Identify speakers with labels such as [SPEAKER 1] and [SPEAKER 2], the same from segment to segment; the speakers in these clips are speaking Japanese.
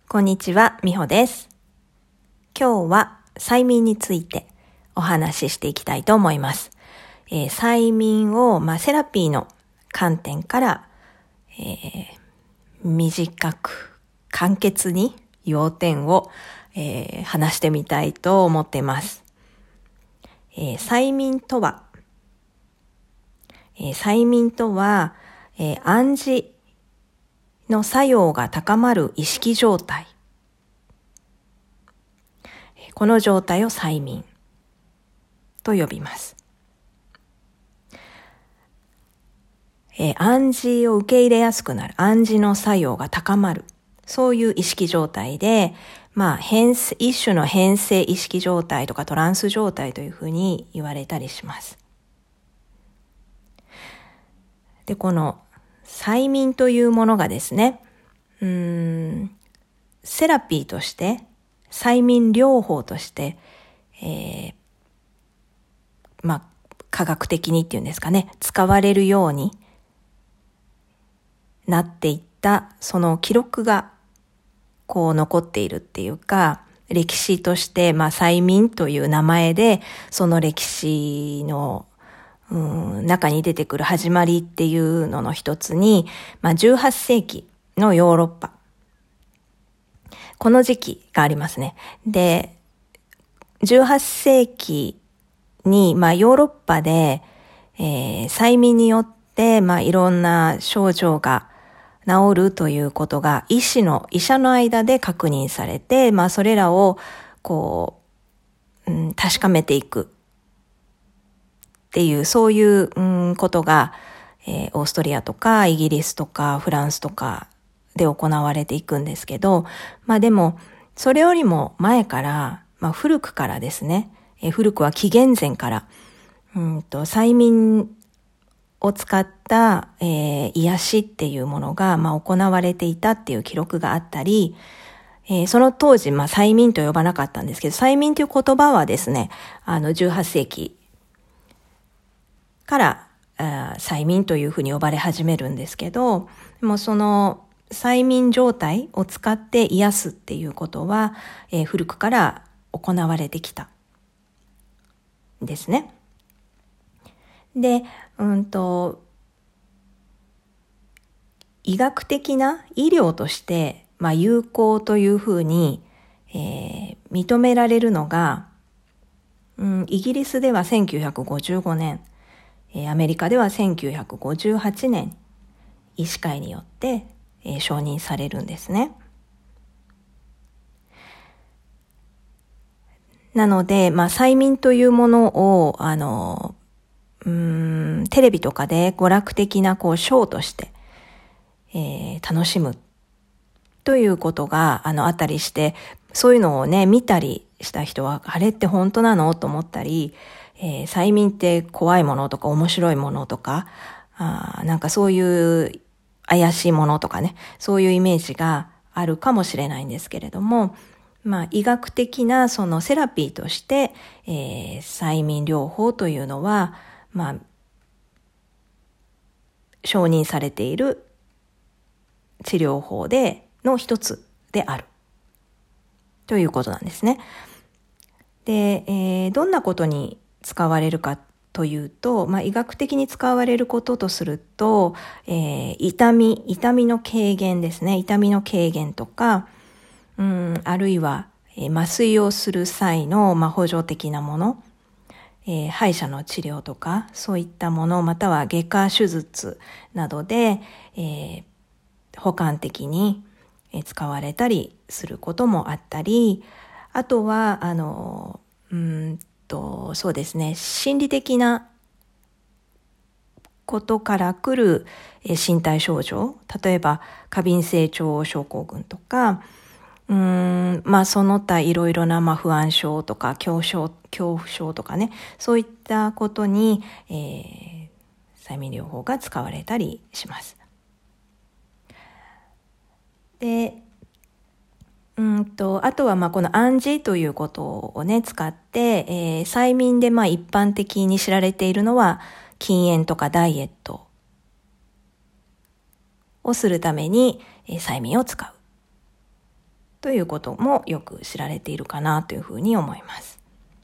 [SPEAKER 1] こんにちは、みほです。今日は催眠についてお話ししていきたいと思います。催眠を、セラピーの観点から、短く簡潔に要点を、話してみたいと思っています。催眠とは、暗示の作用が高まる意識状態。この状態を催眠と呼びます。暗示を受け入れやすくなる。暗示の作用が高まる。そういう意識状態で、一種の変性意識状態とかトランス状態というふうに言われたりします。で、この催眠というものがですね、セラピーとして、催眠療法として、科学的にっていうんですかね、使われるようになっていったその記録がこう残っているっていうか、歴史として、催眠という名前でその歴史の中に出てくる始まりっていうのの一つに、18世紀のヨーロッパ、この時期がありますね。で、18世紀に、ヨーロッパで、催眠によって、いろんな症状が治るということが医者の間で確認されて、それらを確かめていくっていう、そういうことが、オーストリアとかイギリスとかフランスとかで行われていくんですけど、でもそれよりも前から、古くからですね、古くは紀元前から催眠を使った、癒しっていうものが、行われていたっていう記録があったり、その当時、催眠と呼ばなかったんですけど、催眠という言葉はですね、18世紀から催眠というふうに呼ばれ始めるんですけど、もうその催眠状態を使って癒すっていうことは、古くから行われてきたんですね。で、医学的な医療として、有効というふうに、認められるのが、イギリスでは1955年、アメリカでは1958年、医師会によって、承認されるんですね。なので、催眠というものを、テレビとかで娯楽的なショーとして、楽しむということがあったりして、そういうのをね見たりした人は、あれって本当なのと思ったり、催眠って怖いものとか面白いものとか、なんかそういう怪しいものとかね、そういうイメージがあるかもしれないんですけれども、医学的なそのセラピーとして、催眠療法というのは、承認されている治療法の一つであるということなんですね。で、どんなことに使われるかというと、医学的に使われることとすると、痛みの軽減ですね。痛みの軽減とか、あるいは、麻酔をする際の、補助的なもの、歯医者の治療とか、そういったもの、または外科手術などで、補完的に使われたりすることもあったり、あとは、そうですね、心理的なことから来る身体症状、例えば過敏性腸症候群とか、その他いろいろな不安症とか恐怖症とかね、そういったことに、催眠療法が使われたりします。で、あとはこの暗示ということをね使って、催眠で一般的に知られているのは禁煙とかダイエットをするために、催眠を使う。 ということもよく知られているかなというふうに思います。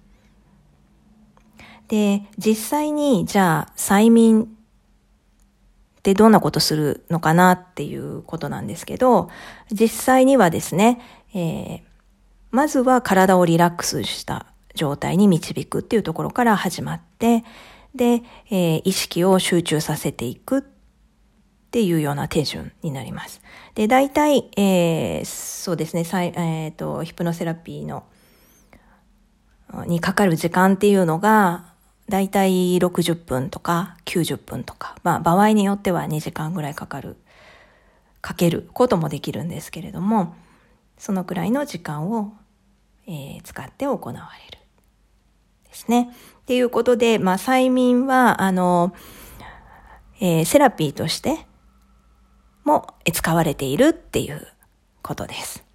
[SPEAKER 1] で、実際にじゃあ催眠ってどんなことするのかなっていうことなんですけど、実際にはですね、まずは体をリラックスした状態に導くっていうところから始まって、で、意識を集中させていくっていうような手順になります。で、大体、そうですね、ヒプノセラピーにかかる時間っていうのが、大体60分とか90分とか、まあ場合によっては2時間ぐらいかけることもできるんですけれども、そのくらいの時間を、使って行われる。ですね。っていうことで、まあ催眠は、セラピーとしても使われているっていうことです。